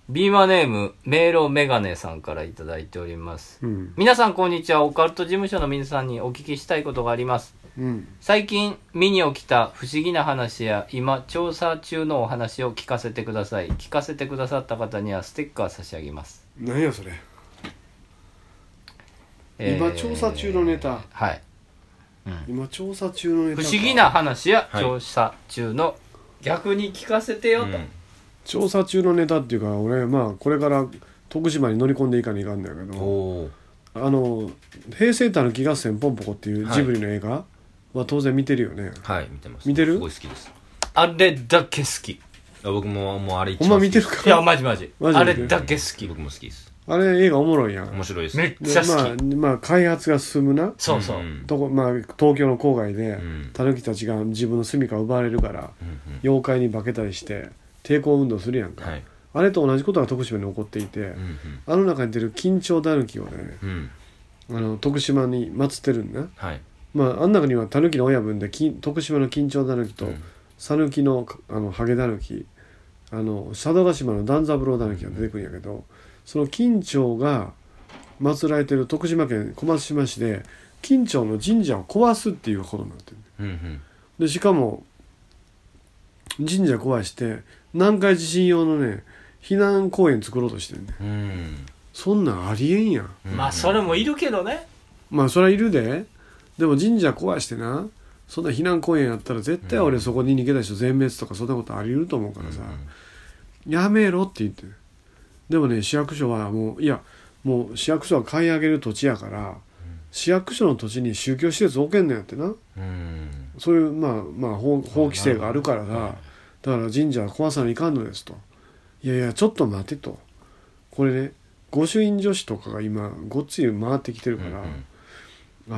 ビーマネームメイロメガネさんからいただいております、皆さんこんにちは。オカルト事務所の皆さんにお聞きしたいことがあります、最近身に起きた不思議な話や今調査中のお話を聞かせてください。聞かせてくださった方にはステッカー差し上げます。 何やそれ、今調査中のネタ、 はい、 今調査中のネタ、 不思議な話や調査中の、逆に聞かせてよと、 調査中のネタっていうか、俺これから徳島に乗り込んでいかにいかんだけど、平成たぬき合戦ポンポコっていうジブリの映画は当然見てるよね。 はい、見てます。 見てる？ すごい好きです。 あれだけ好き。 僕もうあれ一番好き。ほんま見てるか？ いやマジあれだけ好き。 僕も好きです。 あれ映画おもろいやん。 面白いです。 めっちゃ好き。 開発が進むな。 そうそう。 東京の郊外でタヌキたちが自分の住処を奪われるから、妖怪に化けたりして抵抗運動するやんか。あれと同じことが徳島に起こっていて、あの中に出る緊張タヌキをね、徳島に祀ってるんだ。あん中にはタヌキの親分で徳島の緊張タヌキと讃岐のハゲタヌキ、佐渡島の段三郎タヌキが出てくるんやけど、その緊張が祀られてる徳島県小松島市で緊張の神社を壊すっていうことになってる、でしかも神社壊して南海地震用のね避難公園作ろうとしてるね、そんなんありえんやん。 それもいるけどね。 それはいるで。でも神社壊してな、そんな避難公園やったら絶対俺そこに逃げた人全滅とかそんなことあり得ると思うからさ、やめろって言ってる。でもね、市役所はもう市役所は買い上げる土地やから、市役所の土地に宗教施設置けんのやってな、そういう法規制があるからだから神社は壊さないかんのですと。いやちょっと待てと、これね御朱印女子とかが今ごっつい回ってきてるから、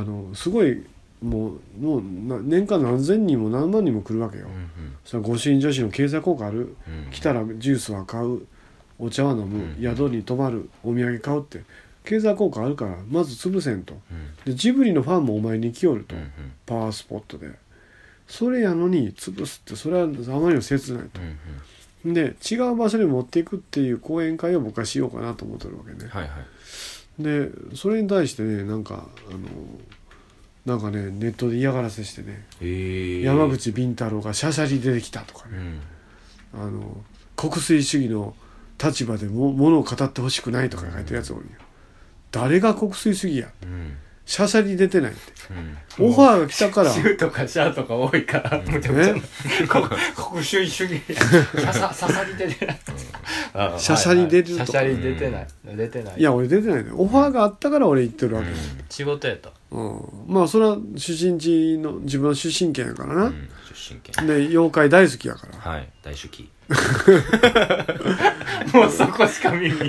すごいもう年間何千人も何万人も来るわけよ、それは御朱印女子の経済効果ある、来たらジュースは買う、お茶は飲む、宿に泊まる、お土産買うって経済効果あるからまず潰せんと、でジブリのファンもお前に来よると、パワースポットでそれやのに潰すって、それはあまりにも切ないと、で違う場所に持っていくっていう講演会を僕はしようかなと思ってるわけね、でそれに対してねなんかネットで嫌がらせしてね、山口敏太郎がしゃしゃり出てきたとかね、国粋主義の立場でものを語ってほしくないとか書いてるやつおるんよ。誰が国粋主義や、しゃしゃり出てないって、オファーが来たから、 シューとかシャーとか多いから、むちゃむちゃ国主義主義ささり出てない、 しゃしゃり出てると、 しゃしゃり出てない、 いや俺出てないね。オファーがあったから俺行ってるわけです、 仕事やと。 それは出身地の自分の出身県やからな、 出身県で妖怪大好きやから、 大好きもうそこしか耳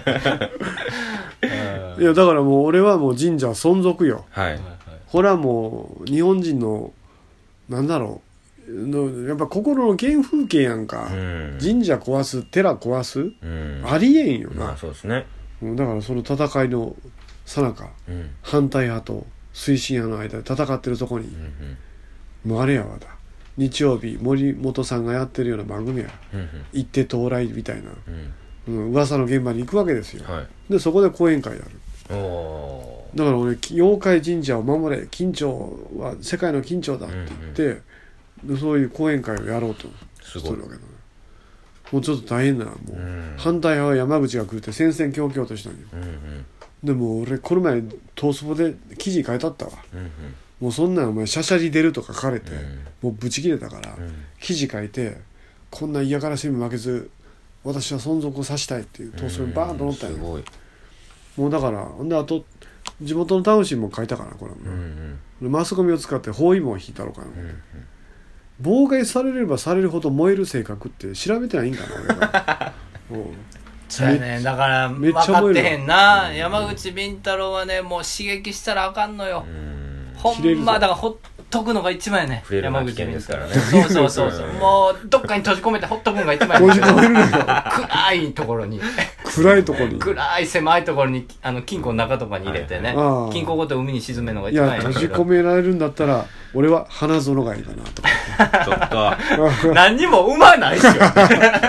いやだからもう俺はもう神社存続よ、これはもう日本人のやっぱ心の原風景やんか、神社壊す、寺壊す、ありえんよな、 そうですね。 だからその戦いの最中、反対派と推進派の間で戦ってるとこに、もうあれやわだ、日曜日森本さんがやってるような番組や、行って到来みたいな、噂の現場に行くわけですよ、でそこで講演会やる。だから俺妖怪神社を守れ、緊張は世界の緊張だって言って、そういう講演会をやろうとしてるわけだね。もうちょっと大変だな、もう、反対派は山口が来るって戦々恐々としたんよ、でも俺この前トースポで記事書いてあったわ、もうそんなんお前しゃしゃり出るとか書かれて、もうブチ切れたから、記事書いて、こんな嫌がらせにも負けず私は存続をさしたいっていうトースポにバーンと載ったんよ、もうだからほんであと地元のタウン誌も書いたから、これ、マスコミを使って包囲網を引いたろうかな、妨害されればされるほど燃える性格って調べてないんかな俺がそうやね、だから分かってへんな、山口敏太郎はね、もう刺激したらあかんのよ、ほんまだからほっとくのが一番やね、山口敏太郎ね。そうもうどっかに閉じ込めてほっとくのが一番やね。閉じ込めるのよ。暗いところに暗い狭いところに金庫の中とかに入れてね、金庫ごと海に沈めるのが一番やね。 いや閉じ込められるんだったら俺は花園がいいかなとかちょっと何にも生まないっしょ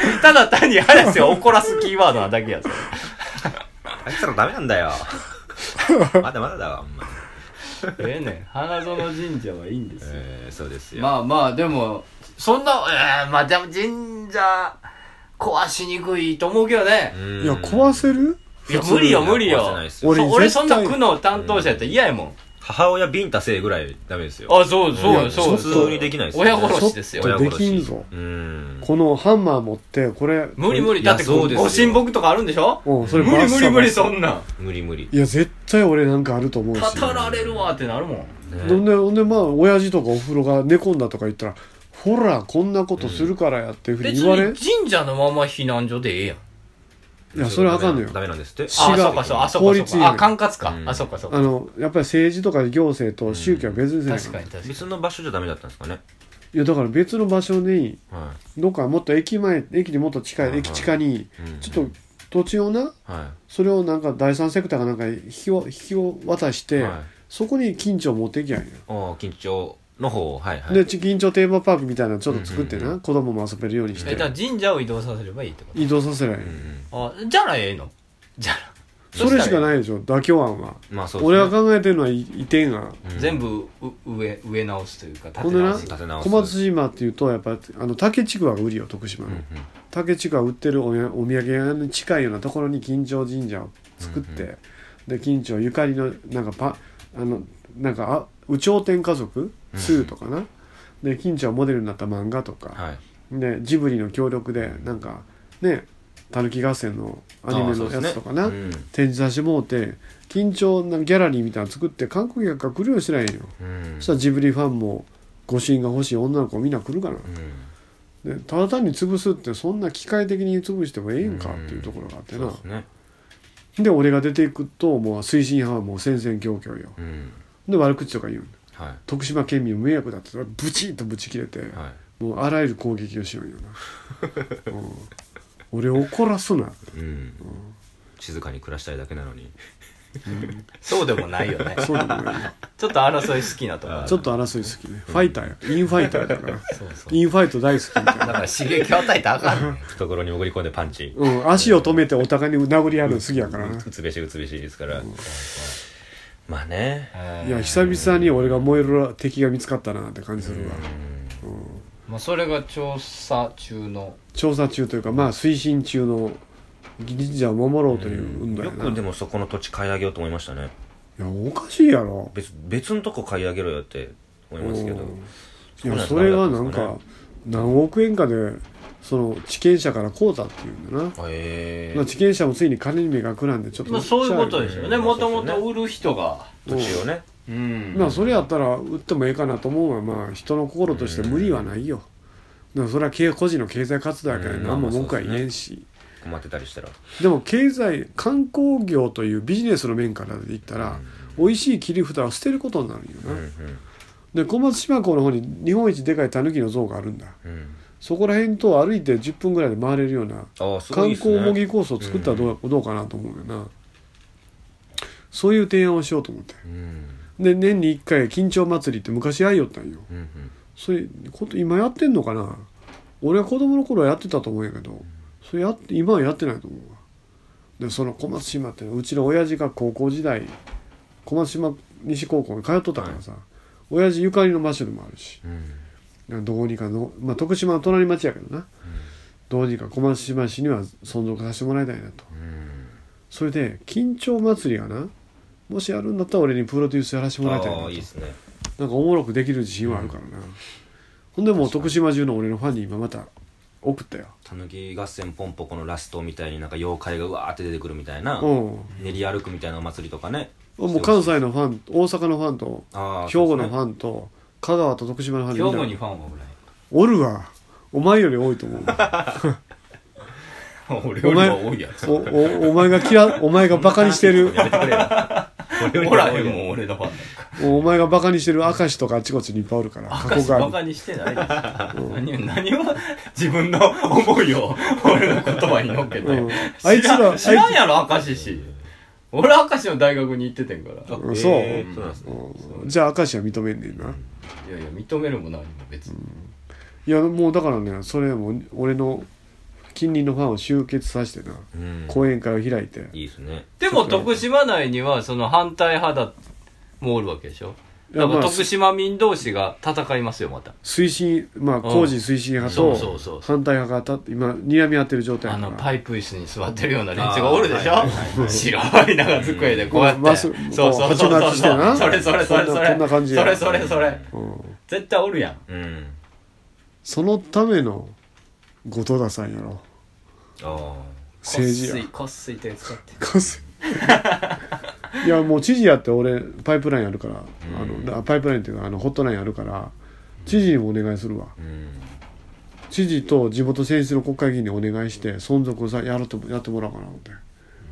ただ単に林を怒らすキーワードなだけやつ。 あいつらダメなんだよ。まだまだだわ、 花園神社はいいんですよ。 そうですよ。 まあまあ、でも、そんな、まあでも神社、壊しにくいと思うけどね。 いや、壊せる？ いや、無理よ、無理よ。俺そんな区の担当者やったら嫌やもん。 母親ビンタせえぐらいダメですよ。 あ、そう。 普通にできないですよ。 親殺しですよ。 ちょっとできんぞ。このハンマー持って、これ。 無理。だってご神木とかあるんでしょ？ それ無理、そんな。 無理。 いや、絶対俺なんかあると思うし。 語られるわってなるもん。 ほんで、まあ、親父とかお風呂が寝込んだとか言ったら、ほら、こんなことするからやっていうふうに言われ。 別に神社のまま避難所でええやん。 いや、それはあかんのよ。 ダメなんですって。 そうか。法律違反。管轄か。そうか。 やっぱり政治とか行政と宗教は別にせない。 確かに。 別の場所じゃダメだったんですかね。 いや、だから別の場所に、どっかもっと駅にもっと近い、駅近に、ちょっと土地をな、それをなんか第三セクターがなんか引き渡して、そこに緊張を持っていきゃいいよ。緊張の方、 で、緊張テーマパークみたいなのちょっと作ってな、子供も遊べるようにして。 だから神社を移動させればいいってこと？ 移動させない。 じゃあええの？じゃあ。 それしかないでしょ、妥協案は。 まあそうですね。 俺が考えてるのは移転案。 全部植え直すというか、 建て直す。小松島っていうと、やっぱ竹ちくわが売りよ、徳島の。竹ちくわ売ってるお土産屋に近いようなところに緊張神社を作って、で、緊張ゆかりの、有頂天家族2とかな、で緊張モデルになった漫画とか、でジブリの協力でなんかねたぬき合戦のアニメのやつとかな、展示させてもうて緊張なギャラリーみたいなの作って観光客が来るようにしないよ、そしたらジブリファンも御朱印が欲しい女の子みんな来るかな、でただ単に潰すってそんな機械的に潰してもええんかっていうところがあってな、で俺が出ていくともう推進派はもう戦々恐々よ、で悪口とか言うんだ、徳島県民迷惑だってブチッとブチ切れて、もうあらゆる攻撃をしようよな、俺怒らすな、 静かに暮らしたいだけなのに、 そうでもないよね。 そうでもないちょっと争い好きなとか、 ちょっと争い好きね、ファイターやインファイターだからインファイト大好きみたいな、 だから刺激を与えたらあかんねん。 懐に潜り込んでパンチ、 足を止めてお互いに殴り合うの好きやからな、 打つべしですから、まあね、 いや久々に俺が燃える敵が見つかったなって感じするわ、 まあそれが調査中というかまあ推進中の神社を守ろうという運動やな。 よくでもそこの土地買い上げようと思いましたね。 いやおかしいやろ、 別のとこ買い上げろよって思いますけど、 いやそれはなんか何億円かでその地権者から買うたっていうんだな、地権者もついに金に目がくらんでちょっと、 そういうことですよね、もともと売る人が土地をね、 まあそれやったら売ってもええかなと思うのはまあ人の心として無理はないよ、だからそれは個人の経済活動やから何も文句は言えんし、 困ってたりしたらでも観光業というビジネスの面からで言ったら、美味しい切り札を捨てることになるよな、で小松島港の方に日本一でかいタヌキの像があるんだ、そこら辺と歩いて10分ぐらいで回れるような観光模擬コースを作ったらどうかなと思うよな、そういう提案をしようと思って、で年に1回緊張祭りって昔やいよったんよ、それ今やってんのかな、俺は子供の頃はやってたと思うんやけど、それ今はやってないと思うわ。でその小松島ってうちの親父が高校時代小松島西高校に通っとったからさ、親父ゆかりの場所でもあるし、どうにかの、まあ、徳島の隣町やけどな、どうにか小松島市には存続させてもらいたいなと、それで緊張祭りがなもしやるんだったら俺にプロデュースやらせてもらいたいなと、 いいですね、 なんかおもろくできる自信はあるからな、ほんでもう徳島中の俺のファンに今また送ったよ、 たぬき合戦ポンポコのラストみたいになんか妖怪がうわーって出てくるみたいな、練り歩くみたいなお祭りとかね、 もう関西のファン、大阪のファンと兵庫のファンと香川と徳島のファンで兵庫にファンはおるわ、お前より多いと思う俺よりは多いやつ、 お前がバカにしてるやめてくれよおらへんもん俺のファンなんか、 お前がバカにしてる明石とかあちこちにいっぱいおるから、 明石バカにしてないです何を自分の思いを俺の言葉に乗っけて、 あいつら知らんやろ明石市、俺明石の大学に行っててんから、 そうなんですね、じゃあ明石は認めんねんな、 いや認めるも何も別に、 いやもうだからねそれも俺の近隣のファンを集結させてな、講演会を開いて。 いいですね。 でも徳島内にはその反対派だもおるわけでしょ。だから徳島民同士が戦いますよ、また。 推進、工事推進派と反対派が今睨み合ってる状態。 パイプ椅子に座ってるような連中がおるでしょ。白い長机でこうやって。そうそうそうそう。それそれそれそれ。 こんな感じ。 それそれそれ。絶対おるやん。 そのための後藤田さんやろ。政治や。 こっすい手使って。 こっすい。いやもう知事やって俺パイプラインあるから、パイプラインっていうかホットラインあるから知事にもお願いするわ、知事と地元選出の国会議員にお願いして存続をやってもらおうかな思って。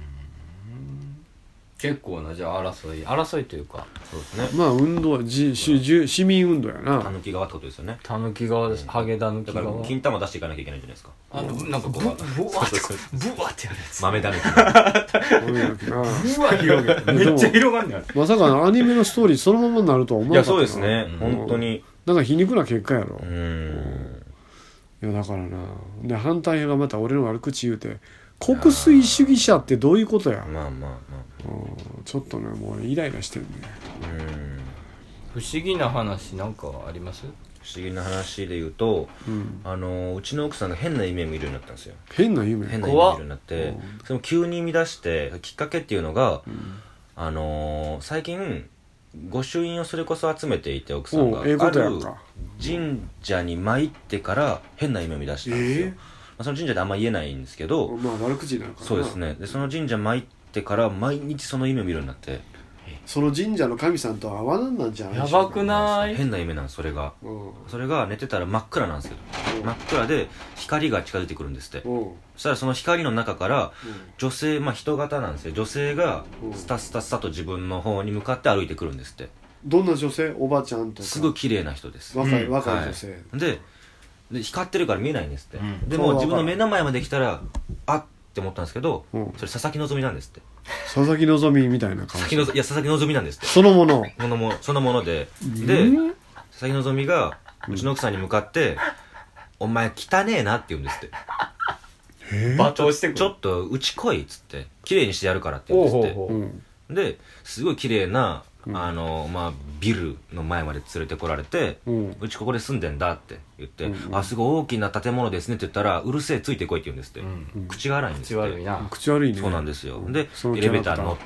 結構なじゃあ争いというか、 そうですね。 まあ運動は市民運動やな。 たぬき側ってことですよね。 たぬき側です。ハゲたぬき側。だから金玉出していかなきゃいけないじゃないですか。 なんかこうブワってやるやつ。 豆だぬき。 ブワ広げてめっちゃ広がんねん。 まさかアニメのストーリーそのままになるとは思わなかった。 いやそうですね。本当に。 なんか皮肉な結果やろ。いやだからな。で反対派がまた俺の悪口言うて。国粋主義者ってどういうことや。ちょっとねもうイライラしてるね。 不思議な話なんかあります？ 不思議な話で言うと、うちの奥さんが変な夢を見るようになったんですよ。 変な夢見るようになって、それも急に見出してきっかけっていうのが、最近御朱印をそれこそ集めていて奥さんがある神社に参ってから変な夢を見出したんですよ。その神社であんま言えないんですけど、 悪口になるからな。 そうですね。でその神社参ってから毎日その夢を見るようになって、 その神社の神さんとは合わなんじゃない。 やばくない？ 変な夢なんそれが、それが寝てたら真っ暗なんですけど、真っ暗で光が近づいてくるんですって。そしたらその光の中から女性、人型なんですよ。女性がスタスタスタと自分の方に向かって歩いてくるんですって。 どんな女性？おばちゃんとか。 すごい綺麗な人です。 若い女性。 で光ってるから見えないんですって、でも自分の目の前まで来たらあって思ったんですけど、それ佐々木希なんですって。 佐々木希みたいな感じ。 いや佐々木希なんですって。 そのもので、佐々木希がうちの奥さんに向かって「お前汚ねえな」って言うんですって。 罵倒してくる。 ちょっとうち来いっつって綺麗にしてやるからって言うんですって。ですごい綺麗なビルの前まで連れてこられて、うちここで住んでんだって言って、すごい大きな建物ですねって言ったら、うるせえついてこいって言うんですって。口が荒いんですって。 口悪いね。 そうなんですよ。でエレベーター乗って、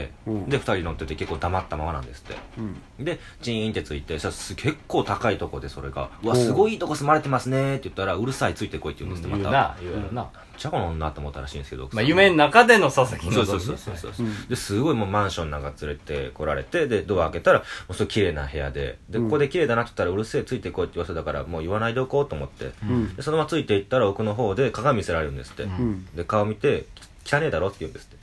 で2人乗ってて結構黙ったままなんですって。でチーンってついて、結構高いとこでそれが「うわすごいいいとこ住まれてますね」って言ったら「うるさいついてこい」って言うんですって。また言うなちゃこの女と思ったらしいんですけど、 夢の中での佐々木希。 そうですごいもうマンションなんか連れてこられて、でドア開けたらもうすごい綺麗な部屋で、ここで綺麗だなって言ったらうるせえついてこいって言わせたからもう言わないでおこうと思って、でそのままついていったら奥の方で鏡見せられるんですって。で顔見て汚ねえだろって言うんですって。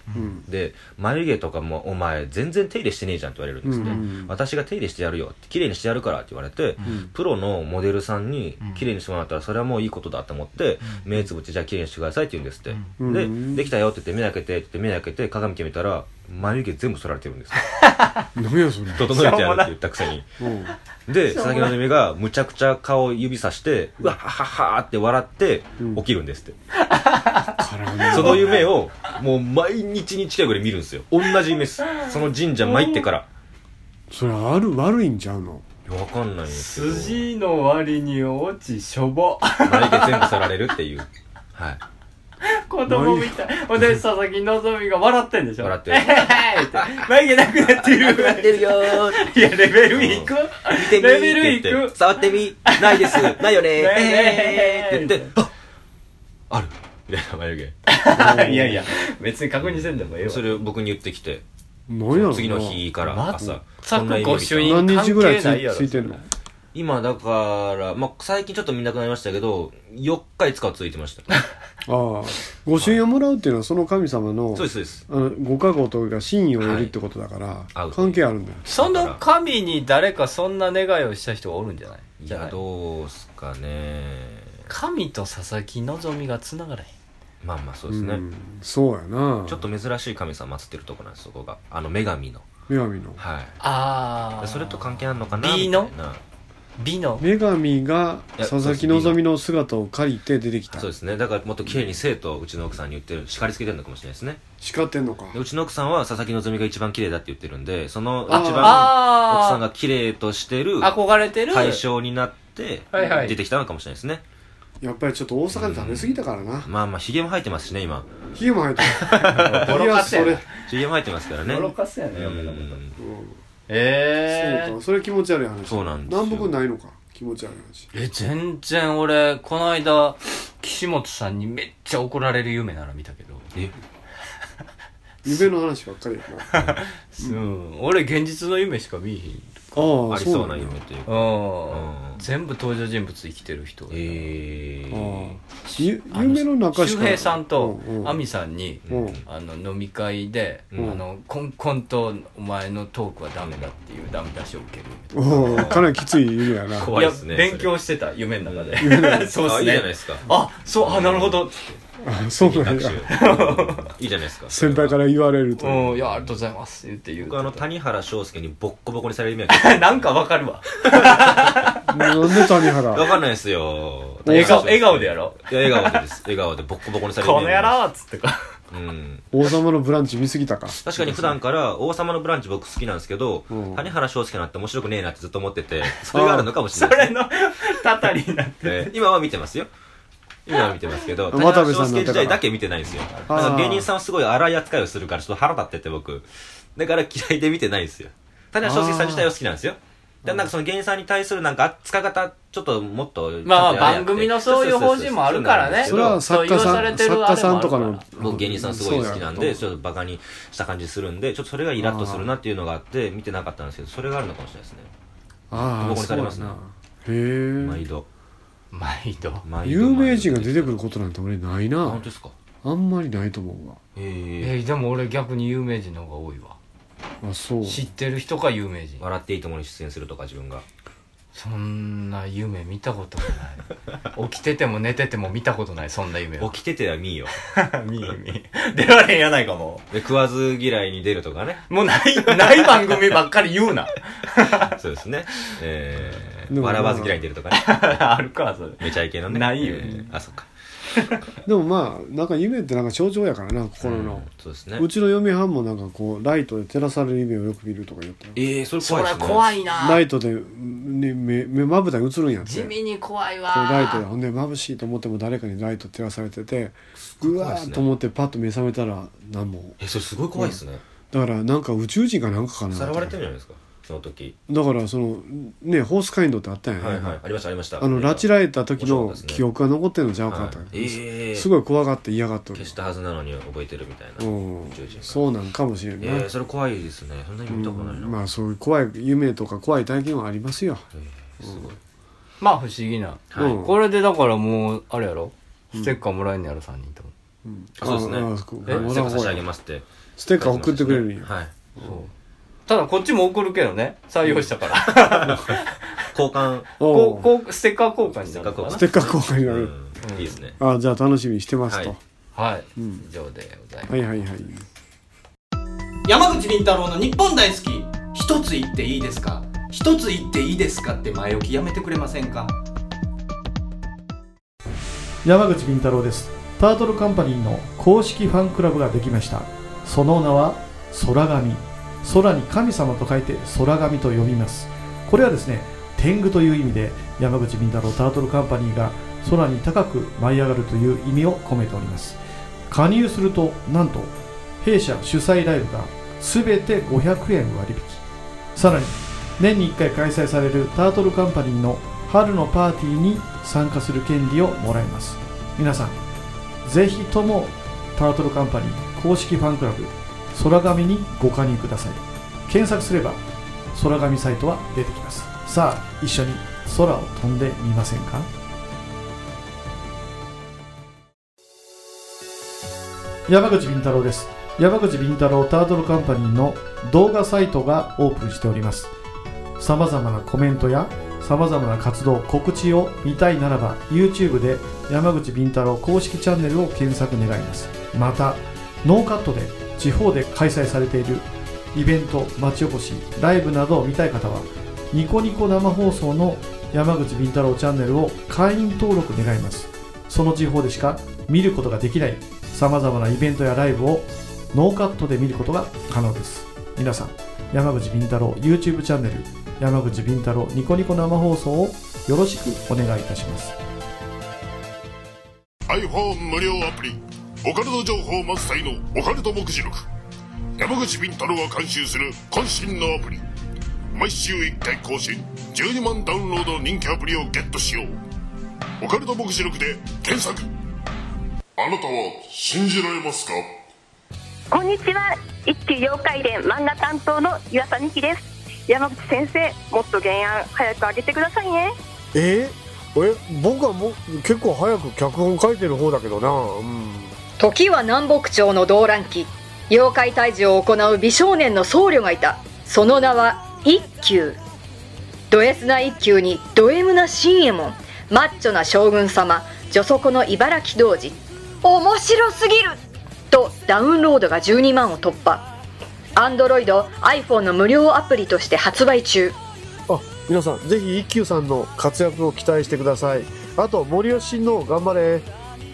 で眉毛とかもお前全然手入れしてねえじゃんって言われるんですって。私が手入れしてやるよって綺麗にしてやるからって言われて、プロのモデルさんに綺麗にしてもらったらそれはもういいことだと思って目つぶってじゃあ綺麗にしてくださいって言うんですって。でできたよって言って目開けてって言って目開けて鏡見てみたら眉毛全部剃られてるんですよ。 何やそれ。 整えてやるって言ったくせに。で佐々木希がむちゃくちゃ顔を指さしてうわはははって笑って起きるんですって。その夢をもう毎日に近いぐらい見るんですよ。同じ夢です。その神社参ってから。 それ悪いんちゃうの？ わかんないんですけど、 筋の割に落ちしょぼ。 眉毛全部剃られるっていう。はい。 子供みたい。ほんで佐々木希が笑ってんでしょ。 笑ってる。 眉毛なくなってる。 なくなってるよー。 いやレベルいく。 見てみーって言って。触ってみ。ないです。ないよねー。って言って、ある。みたいな眉毛。いやいや別に確認せんでもええわ。 それを僕に言ってきて、次の日から朝そんな御朱印何日ぐらいついてんの？ 今だから、最近ちょっと見なくなりましたけど4日5日はついてました。 御朱印をもらうっていうのはその神様のそうですご加護とか真意を得るってことだから、関係あるんだよ。 その神に誰かそんな願いをした人がおるんじゃない？ いやどうすかね。 神と佐々木希がつながらへん。 そうですね。 そうやな。 ちょっと珍しい神様祀ってるとこなんです。そこが女神の。 女神の。 はい。それと関係あるのかなみたいな。 美の女神が佐々木希の姿を借りて出てきた。 そうですね。だからもっと綺麗にせえとうちの奥さんに言ってる、叱りつけてるのかもしれないですね。 叱ってんのか。 うちの奥さんは佐々木希が一番綺麗だって言ってるんで、その一番奥さんが綺麗としてる憧れてる対象になって出てきたのかもしれないですね。 やっぱりちょっと大阪で食べ過ぎたからな。 まあまあヒゲも生えてますしね今。 ヒゲも生えてる。 ボロカスやね。 ヒゲも生えてますからね。 ボロカスやね。 そうか、それ気持ち悪い話。 そうなんですよ。 南北ないのか、気持ち悪い話。 全然俺この間岸本さんにめっちゃ怒られる夢なら見たけど。 夢の話ばっかりやな。 俺現実の夢しか見えへん。 ありそうな夢というか、 全部登場人物生きてる人。 夢の中しか。 周平さんと亜美さんに飲み会でコンコンとお前のトークはダメだっていうダメ出しを受ける。 かなりきつい夢やな。 怖いですね。 勉強してた夢の中で。そうですね。 いいじゃないですか。 なるほど。 そうなんや。 いいじゃないですか。 先輩から言われると。 いや、ありがとうございますって言う。 僕谷原章介にボッコボコにされる夢やなんかわかるわ。 なんで谷原。 わかんないですよ。 笑顔でやろ。 いや、笑顔でです。笑顔でボッコボコにされるこの野郎っつってか。 王様のブランチ見すぎたか。 確かに普段から王様のブランチ僕好きなんですけど、谷原章介なんて面白くねえなってずっと思ってて、それがあるのかもしれない。 それのたたりになって。 今は見てますよ。今は見てますけど、谷原章介時代だけ見てないんですよ。なんか芸人さんはすごい荒い扱いをするからちょっと腹立ってて僕。だから嫌いで見てないんですよ。谷原章介さん自体は好きなんですよ。でなんかその芸人さんに対するなんか扱い方ちょっともっと番組のそういう方針もあるからね。 それは作家さんとかの僕芸人さんすごい好きなんでちょっとバカにした感じするんでちょっとそれがイラッとするなっていうのがあって見てなかったんですけどそれがあるのかもしれないですね。ボコにされますね。 へえ。 毎度有名人が出てくることなんて俺ないな。 本当ですか。 あんまりないと思うわ。 でも俺逆に有名人の方が多いわ。 そう。 知ってる人か有名人。 笑っていいともに出演するとか自分が。 そんな夢見たこともない。起きてても寝てても見たことないそんな夢は。 起きてては見いよ。 見出られんやないかもで食わず嫌いに出るとかね。 もうない番組ばっかり言うな。 そうですね。笑わず嫌いに出るとかね。 あるかそれ。 めちゃイケのね。 ないよ。 そっか。 でもまあなんか夢ってなんか象徴やからな心の。 そうですね。 うちの嫁はんもなんかこうライトで照らされる夢をよく見るとか言った。 それ怖いですね。 それ怖いな。 ライトで目まぶたに映るんやって。 地味に怖いわ。 ライトでほんで眩しいと思っても誰かにライト照らされててうわーと思ってパッと目覚めたら何も。 それすごい怖いですね。 だからなんか宇宙人かなんかかな。 さらわれてるじゃないですか。その時だからそのねホースカインドってあったんやね。 ありました拉致られた時の記憶が残ってるのちゃうかと。すごい怖がって嫌がってる。 消したはずなのに覚えてるみたいな。 そうなんかもしれんね。 それ怖いですね。そんなに見たことないな。 まあそういう怖い夢とか怖い体験はありますよ。 すごい。まあ不思議な。これでだからもうあれやろ。ステッカーもらえんのやろ3人とも。そうですね。ステッカー差し上げますって。 ステッカー送ってくれるんや。 はい。 ただこっちも送るけどね採用したから交換ステッカー交換になるステッカー交換になる。 いいですね。 じゃあ楽しみにしてますと。 以上でございます。 はい。 山口倫太郎の日本大好き一つ言っていいですか一つ言っていいですかって前置きやめてくれませんか。 山口倫太郎です。タートルカンパニーの公式ファンクラブができました。その名は空神。空に神様と書いて空神と呼びます。これはですね天狗という意味で山口倫太郎タートルカンパニーが空に高く舞い上がるという意味を込めております。加入するとなんと弊社主催ライブが全て500円割引、さらに年に1回開催されるタートルカンパニーの春のパーティーに参加する権利をもらえます。皆さんぜひともタートルカンパニー公式ファンクラブ空神にご加入ください。検索すれば空神サイトは出てきます。さあ一緒に空を飛んでみませんか。山口倫太郎です。山口倫太郎タートルカンパニーの動画サイトがオープンしております。さまざまなコメントやさまざまな活動告知を見たいならば YouTube で山口倫太郎公式チャンネルを検索願います。またノーカットで地方で開催されているイベント、町おこし、ライブなどを見たい方はニコニコ生放送の山口敏太郎チャンネルを会員登録願います。その地方でしか見ることができないさまざまなイベントやライブをノーカットで見ることが可能です。皆さん、山口敏太郎 YouTube チャンネル、山口敏太郎ニコニコ生放送をよろしくお願いいたします。 iPhone 無料アプリオカルト情報満載のオカルト目次録、山口敏太郎が監修する渾身のアプリ、毎週1回更新、12万ダウンロードの人気アプリをゲットしよう。オカルト目次録で検索。あなたは信じられますか？ こんにちは、一級妖怪伝漫画担当の岩佐美希です。山口先生、もっと原案早く上げてくださいね。 僕はもう結構早く脚本書いてる方だけどな。 時は南北朝の動乱期、妖怪退治を行う美少年の僧侶がいた。その名は一休。ド S な一休にド M な新右衛門、マッチョな将軍様、女底の茨城童子。面白すぎるとダウンロードが12万を突破。Android、iPhone の無料アプリとして発売中。 皆さんぜひ一休さんの活躍を期待してください。あと森吉の頑張れ。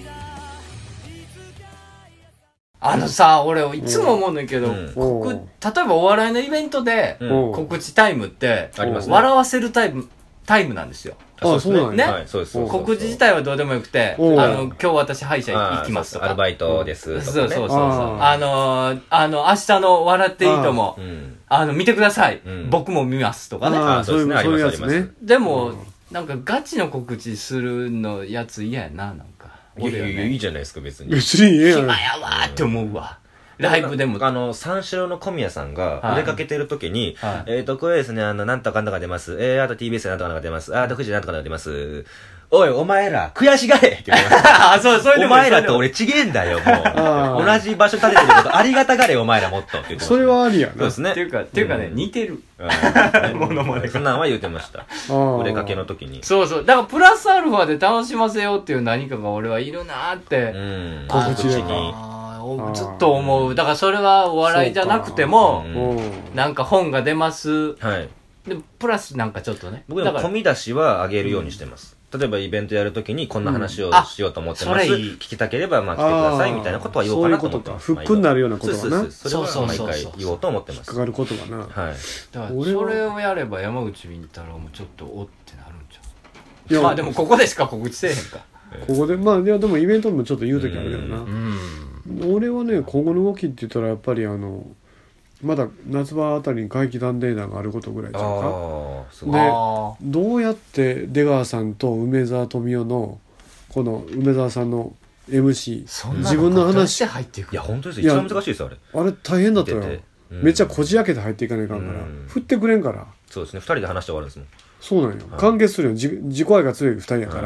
さ、俺いつも思うんだけど、例えばお笑いのイベントで告知タイムって笑わせるタイムなんですよ。 そうなんね、 はい、 そうです。 告知自体はどうでもよくて、今日私歯医者行きますとか。 アルバイトですとか、ね。 そう。明日の笑っていいとも、見てください。僕も見ますとかね。 そうですね、あります。 でも、なんかガチの告知するのやつ嫌やな、なんか。 いいじゃないですか、別に。 別にええやん。 暇やわーって思うわ。ライブでも。 三四郎の小宮さんが、出かけてる時に、これですね、なんとかなんとか出ます。あと TBS なんとかなんとか出ます。あと富士なんとかなんとか出ます。おい、お前ら、悔しがれって言ってました。お前らと俺ちげえんだよ、もう。同じ場所立ててることありがたがれ、お前らもっとって言ってました。 それはありやな。 そうですね。 っていうかね、似てる。ものまね。 そんなんは言ってました。お出かけの時に。 そう。だからプラスアルファで楽しませようっていう何かが俺はいるなーって。 告知に。 ずっと思う。だからそれはお笑いじゃなくても、なんか本が出ます。 はい。 で、プラスなんかちょっとね。 僕でも込み出しは上げるようにしてます。例えばイベントやるときにこんな話をしようと思ってます。聞きたければ来てくださいみたいなことは言おうかなと思ってます。 フックになるようなことはな。 それは毎回言おうと思ってます。 引っかかることはな。 はい。 だからそれをやれば山口敏太郎もちょっとおってなるんちゃう。まあでもここでしか告知せえへんか。 ここででもイベントもちょっと言うときあるけどな。俺はね、今後の動きって言ったらやっぱりまだ夏場あたりに怪奇探偵団があることぐらいちゃうか。で、どうやって出川さんと梅沢富美男のこの梅沢さんの MC 自分の話入っていく。 いや本当ですよ。一番難しいですよあれ大変だったよ。めっちゃこじ開けて入っていかないかんから振ってくれんから。 そうですね、2人で話して終わるんですもん。 そうなんよ、完結するよ。自己愛が強い2人やから、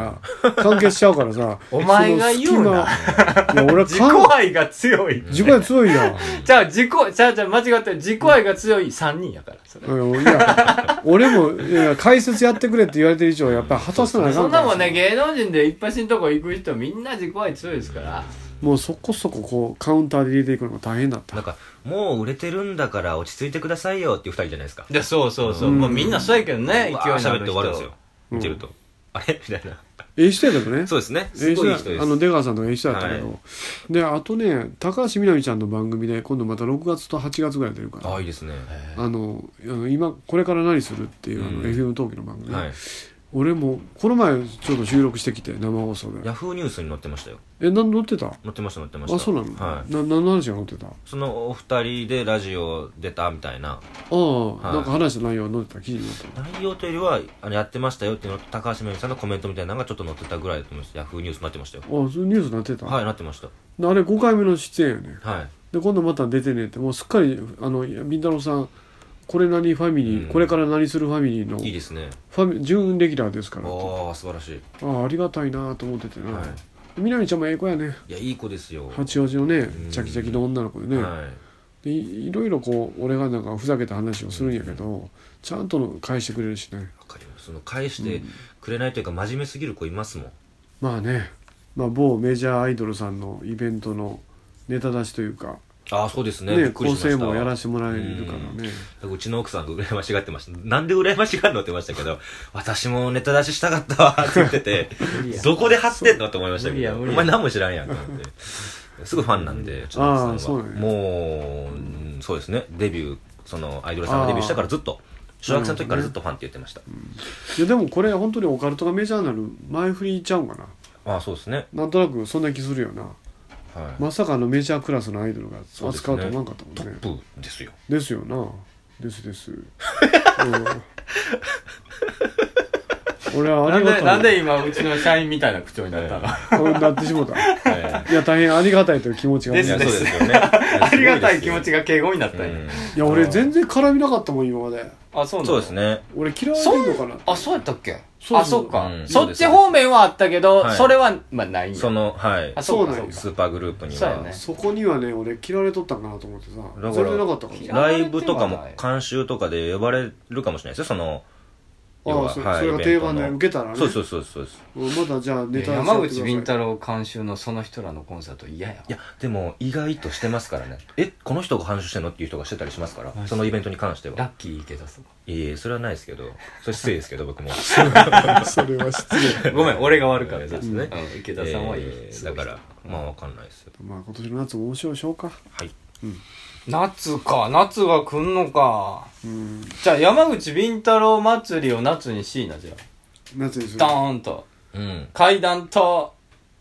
完結しちゃうからさ。 お前が言うな。いや俺自己愛が強い。 自己愛強いやん。 じゃあ間違って自己愛が強い3人やからそれ。 いや俺も解説やってくれって言われてる以上やっぱり果たさなあかんから。 そんなもんね、芸能人で一発のとこ行く人みんな自己愛強いですから。 もうそこそここうカウンターで入れていくのが大変だった。 なんかもう売れてるんだから落ち着いてくださいよっていう2人じゃないですか。 でそう、まあ、みんなそうやけどね、勢い喋って終わるんですよ。見てると、あれみたいな。 人やけどね。 そうですね。すごいいい人です。 出川さんとか人やったけど、であとね、高橋みなみちゃんの番組で今度また6月と8月ぐらい出るから。 いいですね。 今これから何するっていう、FM 東京の番組、俺もこの前ちょっと収録してきて生放送でヤフーニュースに載ってましたよ。 載ってた？載ってました。 あ、そうなの？はい。何の話が載ってた？ そのお二人でラジオ出たみたいな。 なんか話した内容が載ってた、記事に載ってた。 内容というよりはやってましたよっていうのと高橋めぐみさんのコメントみたいなのがちょっと載ってたぐらいだと思います。ヤフーニュースになってましたよ。 そうニュースになってた？ はい、なってました。 あれ5回目の出演やね。 はい。 で今度また出てねって、もうすっかりビンタロウさんこれ何ファミリー、これから何するファミリーのいいですね。 準レギュラーですから。 素晴らしい。 ありがたいなと思っててな。みなみちゃんもええ子やね。 いや、いい子ですよ。 八王子のね、チャキチャキの女の子でね。でいろいろこう俺がなんかふざけた話をするんやけど、ちゃんと返してくれるしね。 わかります。その返してくれないというか、真面目すぎる子いますもん。 まあね、某メジャーアイドルさんのイベントのネタ出しというかああそうですね。 構成もやらせてもらえるからね。 うちの奥さんと羨ましがってました。なんで羨ましがるのって言いましたけど、私もネタ出ししたかったわって言ってて、どこで貼ってんのって思いましたけど、お前何も知らんやんと思って。すぐファンなんで、うちの奥さんは。もう、そうですね、デビュー、そのアイドルさんがデビューしたからずっと、小学生の時からずっとファンって言ってました。 いやでもこれ本当にオカルトがメジャーになる前振りちゃうんかな。 ああそうですね。 なんとなくそんな気するよな。はい、まさかメジャークラスのアイドルが扱うと思わなかったもんね。 トップですよ。 ですよな。です。俺はありがたい。 なんで今うちの社員みたいな口調になったの？ なってしもた。いや大変ありがたいという気持ちが。 ですです。ありがたい気持ちが敬語になったんや。いや俺全然絡みなかったもん今まで。 あそうですね。 俺嫌われてんのかな。 あそうやったっけ？あそうか。そっち方面はあったけどそれはまあないんや。 そのはい。 そうなんや。 スーパーグループには。 そこにはね俺嫌われとったんかなと思ってさ。全然なかったから。 ライブとかも監修とかで呼ばれるかもしれないですよその。 それが定番で受けたらね。 そうですまだじゃあネタ山口敏太郎監修のその人らのコンサート嫌や。 いやでも意外としてますからね。この人が監修してんのっていう人がしてたりしますから、そのイベントに関しては。 ラッキー池田さん。 いえそれはないですけど、それ失礼ですけど僕も。 それは失礼。 ごめん俺が悪かったですね。池田さんはいい。 だからまあわかんないですよ。 まあ今年の夏も面白いでしょうか。 はい。 夏が来んのか。じゃあ山口敏太郎祭りを夏にしいな。じゃあ夏にするドーンと、階段と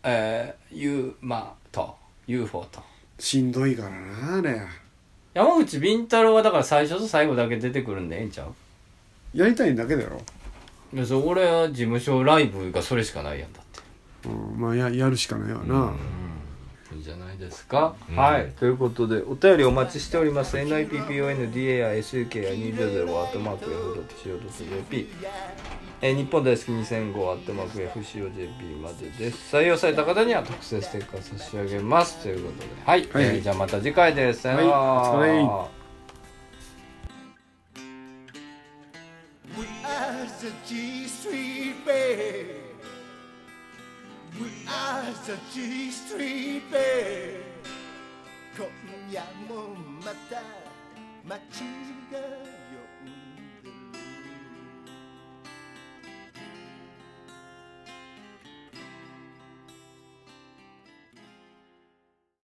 UFO としんどいからなあれ。 山口敏太郎はだから最初と最後だけ出てくるんでええんちゃう？ やりたいんだけだろ。 いや俺は事務所ライブがそれしかないやんだって。 まあ やるしかないわな。 いいじゃないですか。はい。ということでお便りお待ちしております。nippondasuk2005@yahoo.co.jp 日本大好き2005@fco.jp までです。採用された方には特製ステッカー差し上げますということで、はい。じゃあまた次回です。さよなら。 お疲れ。 We are the G Street Band. We are the G Street Band. 今夜もまた街が